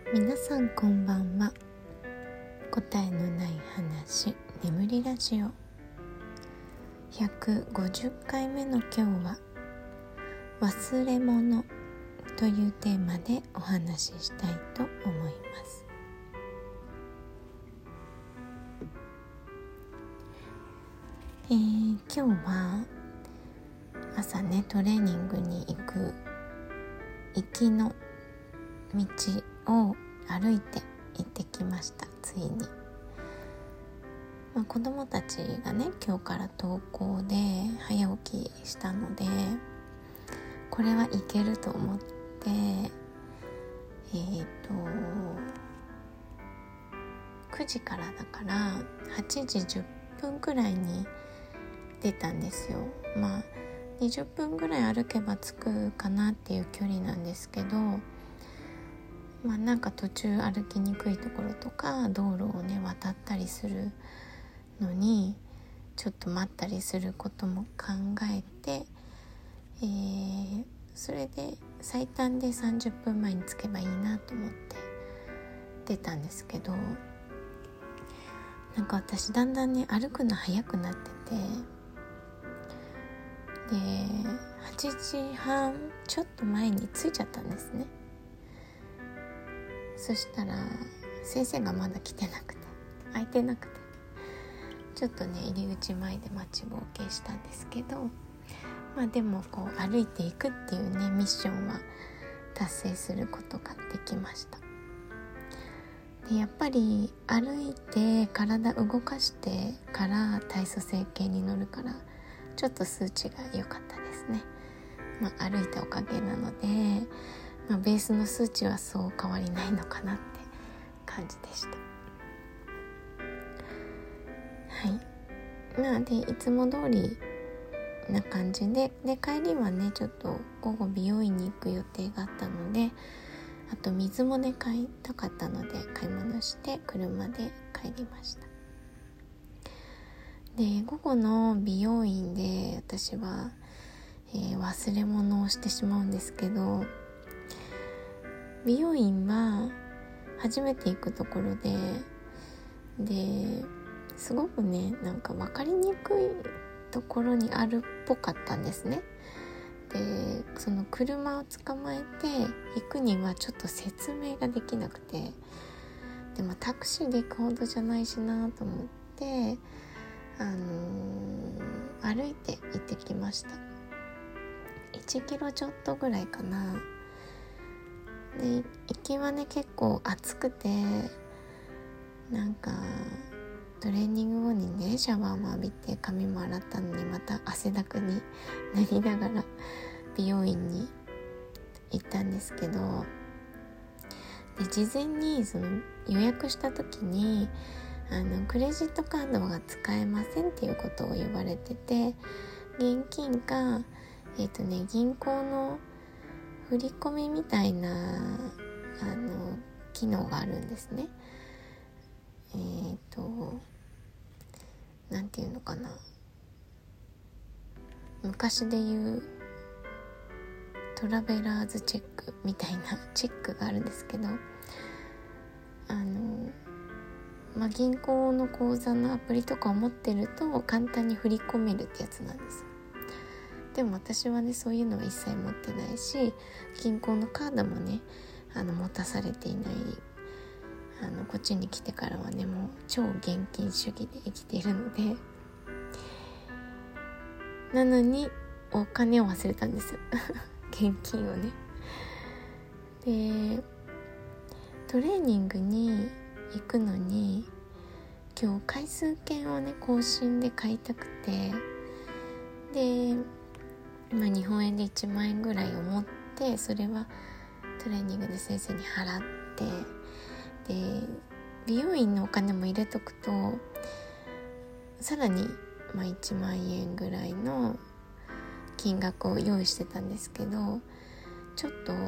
皆さんこんばんは。答えのない話、眠りラジオ150回目の今日は忘れ物というテーマでお話ししたいと思います。今日は朝ねトレーニングに行く行きの道を歩いて行ってきました。ついに、子供たちがね今日から登校で早起きしたのでこれはいけると思って9時からだから8時10分くらいに出たんですよ。20分ぐらい歩けば着くかなっていう距離なんですけど、なんか途中歩きにくいところとか道路をね渡ったりするのにちょっと待ったりすることも考えて、それで最短で30分前に着けばいいなと思って出たんですけど、なんか私だんだんね歩くの早くなってて、で8時半ちょっと前に着いちゃったんですね。そしたら先生がまだ来てなくて空いてなくてちょっとね入り口前で待ちぼうけしたんですけど、でもこう歩いていくっていうねミッションは達成することができました。でやっぱり歩いて体動かしてから体組成計に乗るからちょっと数値が良かったですね。歩いたおかげなので、ベースの数値はそう変わりないのかなって感じでした。はい。でいつも通りな感じで帰りはねちょっと午後美容院に行く予定があったので、あと水もね買いたかったので買い物して車で帰りました。で午後の美容院で私は、忘れ物をしてしまうんですけど、美容院は初めて行くところですごくねなんか分かりにくいところにあるっぽかったんですね。でその車を捕まえて行くにはちょっと説明ができなくて、でもタクシーで行くほどじゃないしなと思って歩いて行ってきました。1キロちょっとぐらいかな。で行きはね結構暑くて、なんかトレーニング後にねシャワーも浴びて髪も洗ったのにまた汗だくになりながら美容院に行ったんですけど、で事前にその予約した時にクレジットカードが使えませんっていうことを言われてて、現金か銀行の振り込みみたいな機能があるんですね。なんていうのかな、昔で言うトラベラーズチェックみたいなチェックがあるんですけど、銀行の口座のアプリとかを持ってると簡単に振り込めるってやつなんですよ。でも私はねそういうのは一切持ってないし、銀行のカードもね持たされていない。こっちに来てからはねもう超現金主義で生きているので、なのにお金を忘れたんです現金をね。でトレーニングに行くのに今日回数券をね更新で買いたくて、で日本円で1万円ぐらいを持って、それはトレーニングで先生に払って、で美容院のお金も入れとくとさらに1万円ぐらいの金額を用意してたんですけど、ちょっと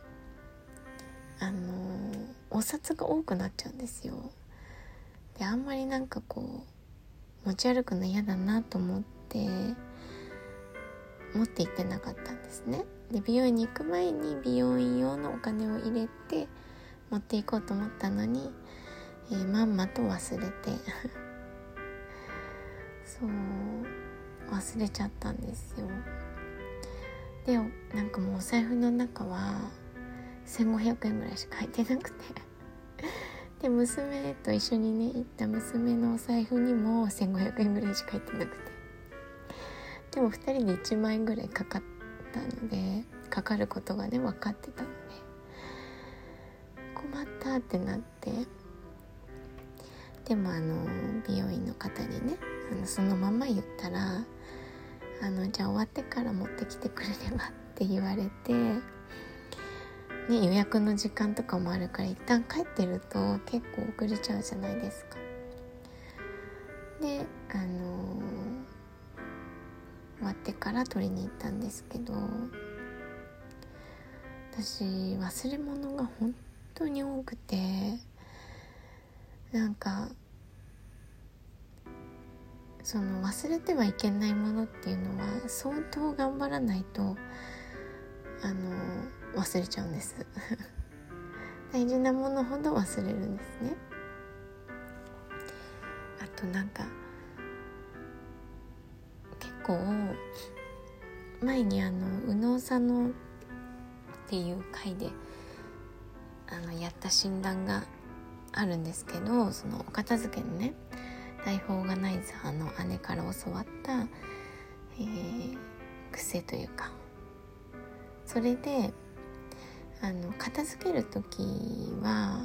お札が多くなっちゃうんですよ。であんまりなんかこう持ち歩くの嫌だなと思って持って行ってなかったんですね。で美容院に行く前に美容院用のお金を入れて持っていこうと思ったのに、まんまと忘れてそう忘れちゃったんですよ。でなんかもうお財布の中は1500円ぐらいしか入ってなくてで娘と一緒にね行った娘のお財布にも1500円ぐらいしか入ってなくて、でも2人で1万円ぐらいかかったので、かかることがね分かってたので困ったってなって、でも美容院の方にねそのまま言ったらじゃあ終わってから持ってきてくれればって言われて、ね、予約の時間とかもあるから一旦帰ってると結構遅れちゃうじゃないですか。で終わってから取りに行ったんですけど、私忘れ物が本当に多くて、なんかその忘れてはいけないものっていうのは相当頑張らないと忘れちゃうんです大事なものほど忘れるんですね。あとなんか結構前に右脳左脳っていう回でやった診断があるんですけど、そのお片付けのねライフオーガナイザーの姉から教わった、癖というか、それで片付ける時は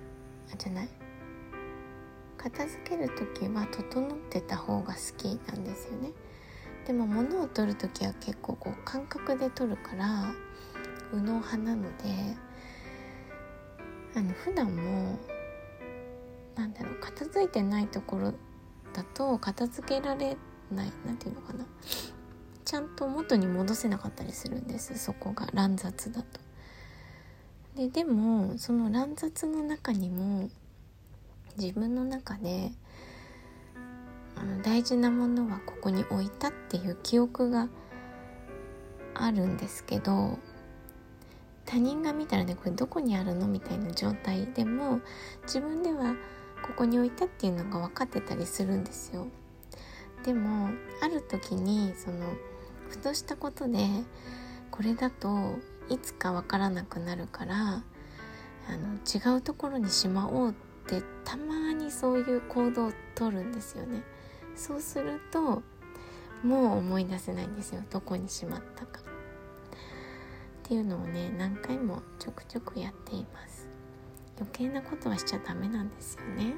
片付ける時は整ってた方が好きなんですよね。でも物を取る時は結構こう感覚で取るから右脳派なので、普段も片付いてないところだと片付けられない、なんていうのかな、ちゃんと元に戻せなかったりするんです。そこが乱雑だと。でもその乱雑の中にも自分の中で大事なものはここに置いたっていう記憶があるんですけど、他人が見たらねこれどこにあるのみたいな状態でも自分ではここに置いたっていうのが分かってたりするんですよ。でもある時にふとしたことでこれだといつか分からなくなるから違うところにしまおうってたまにそういう行動を取るんですよね。そうするともう思い出せないんですよ、どこにしまったかっていうのをね何回もちょくちょくやっています。余計なことはしちゃダメなんですよね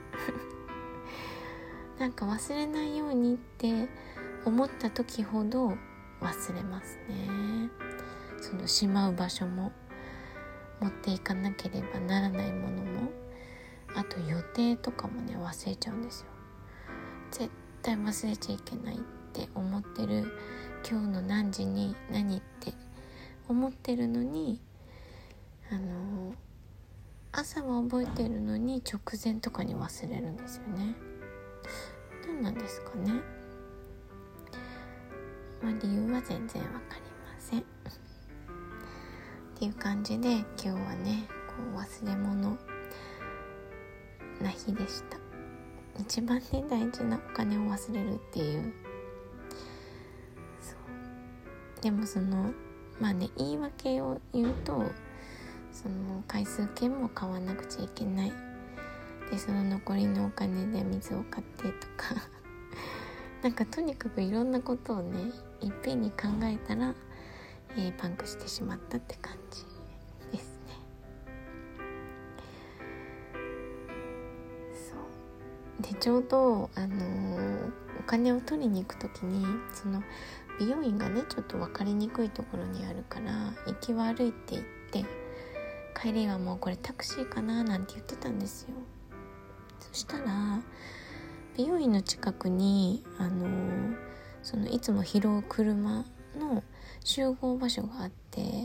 なんか忘れないようにって思った時ほど忘れますね。そのしまう場所も持っていかなければならないものも、あと予定とかもね忘れちゃうんですよ。絶対忘れちゃいけないって思ってる、今日の何時に何って思ってるのに朝は覚えてるのに直前とかに忘れるんですよね。何なんですかね。理由は全然わかりませんっていう感じで、今日はね忘れ物な日でした。一番ね大事なお金を忘れるっていう。そうでも言い訳を言うと回数券も買わなくちゃいけないで、その残りのお金で水を買ってとかなんかとにかくいろんなことをねいっぺんに考えたら、パンクしてしまったって感じですね。そうでちょうどお金を取りに行くときに美容院がねちょっと分かりにくいところにあるから行きは歩いて行って、帰りはもうこれタクシーかななんて言ってたんですよ。そしたら美容院の近くにいつも拾う車の集合場所があって、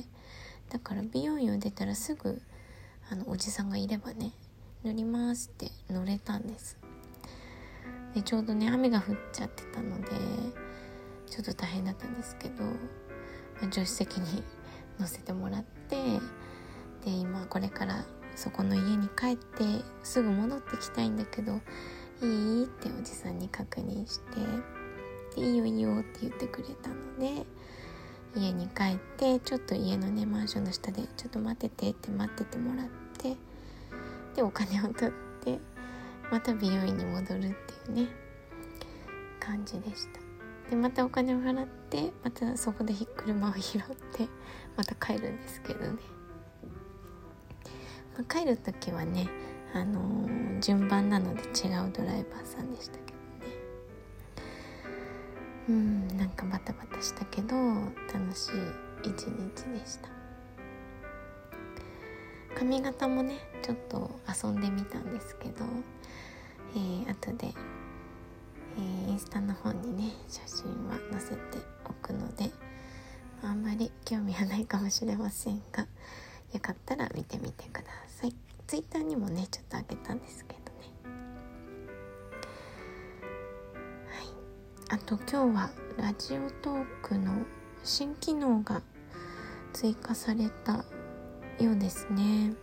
だから美容院を出たらすぐおじさんがいればね乗りますって乗れたんです。でちょうどね雨が降っちゃってたのでちょっと大変だったんですけど、助手席に乗せてもらって、で今これからそこの家に帰ってすぐ戻ってきたいんだけど、いいっておじさんに確認して、でいいよいいよって言ってくれたので、家に帰ってちょっと家のねマンションの下でちょっと待っててって待っててもらって、でお金を取ってまた美容院に戻るっていうね感じでした。でまたお金を払って、またそこで車を拾ってまた帰るんですけどね、帰る時はね、順番なので違うドライバーさんでしたけどね。なんかバタバタしたけど楽しい一日でした。髪型もねちょっと遊んでみたんですけど、後で、インスタの方にね写真は載せておくので、あんまり興味はないかもしれませんが、よかったら見てみてください。ツイッターにもねちょっとあげたんですけどね。はい、あと今日はラジオトークの新機能が追加されたようですね。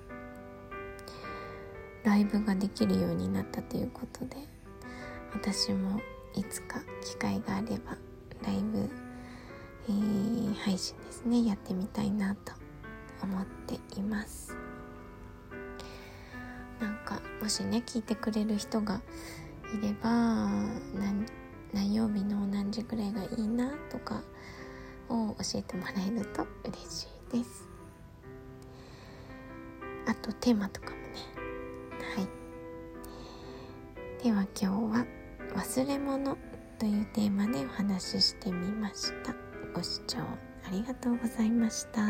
ライブができるようになったということで、私もいつか機会があればライブ、配信ですねやってみたいなと思っています。なんかもしね聞いてくれる人がいれば、何曜日の何時くらいがいいなとかを教えてもらえると嬉しいです。あとテーマとかもね。はい、では今日は忘れ物というテーマでお話ししてみました。ご視聴ありがとうございました。